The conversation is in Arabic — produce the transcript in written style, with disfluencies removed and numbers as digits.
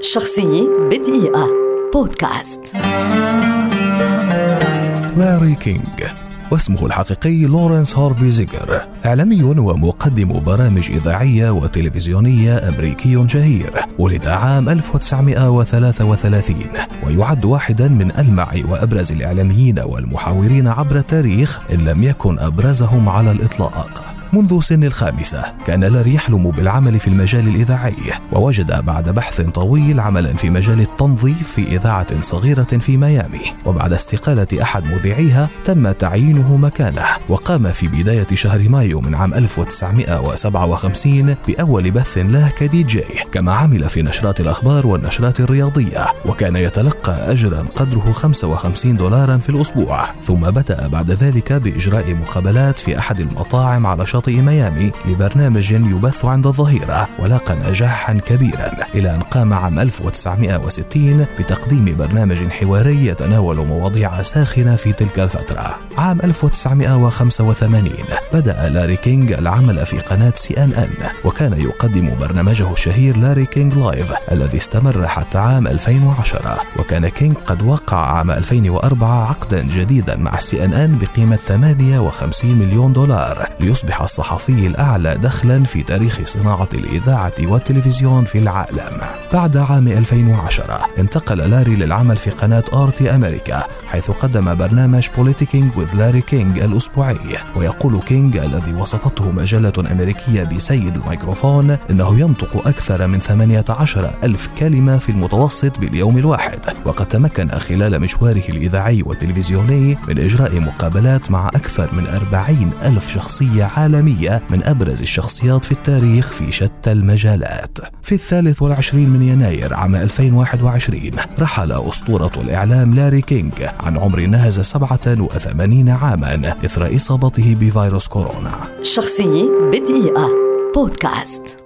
شخصية بدقيقة بودكاست. لاري كينغ، واسمه الحقيقي لورنس هارفي زيغر، إعلامي ومقدم برامج إذاعية وتلفزيونية أمريكي شهير. ولد عام 1933 ويعد واحدا من ألمع وأبرز الإعلاميين والمحاورين عبر التاريخ، إن لم يكن أبرزهم على الإطلاق. منذ سن 5 كان لاري يحلم بالعمل في المجال الإذاعي، ووجد بعد بحث طويل عملا في مجال التنظيف في إذاعة صغيرة في ميامي، وبعد استقالة أحد مذيعيها تم تعيينه مكانه، وقام في بداية شهر مايو من عام 1957 بأول بث له كدي جي، كما عمل في نشرات الأخبار والنشرات الرياضية، وكان يتلقى أجرا قدره $55 في الأسبوع. ثم بدأ بعد ذلك بإجراء مقابلات في أحد المطاعم على شاطئ ميامي لبرنامج يبث عند الظهيرة، ولاقى نجاحا كبيرا، إلى أن قام عام 1960 بتقديم برنامج حواري يتناول مواضيع ساخنة في تلك الفترة. عام 1985 بدأ لاري كينغ العمل في قناة CNN، وكان يقدم برنامجه الشهير لاري كينغ لايف الذي استمر حتى عام 2010. وكان كينغ قد وقع عام 2004 عقدا جديدا مع CNN بقيمة $58 مليون ليصبح الصحفي الأعلى دخلا في تاريخ صناعة الإذاعة والتلفزيون في العالم. بعد عام 2010 انتقل لاري للعمل في قناة RT أمريكا، حيث قدم برنامج Politicking with لاري كينغ الأسبوعي. ويقول كينغ الذي وصفته مجلة أمريكية بسيد الميكروفون إنه ينطق أكثر من 18,000 كلمة في المتوسط باليوم الواحد، وقد تمكن خلال مشواره الإذاعي والتلفزيوني من إجراء مقابلات مع أكثر من 40,000 شخصية عالمية من أبرز الشخصيات في التاريخ في شتى المجالات. في 23 من يناير عام 2021 رحل أسطورة الإعلام لاري كينغ عن عمر ناهز 87 عاما إثر إصابته بفيروس كورونا. شخصية بدقيقة بودكاست.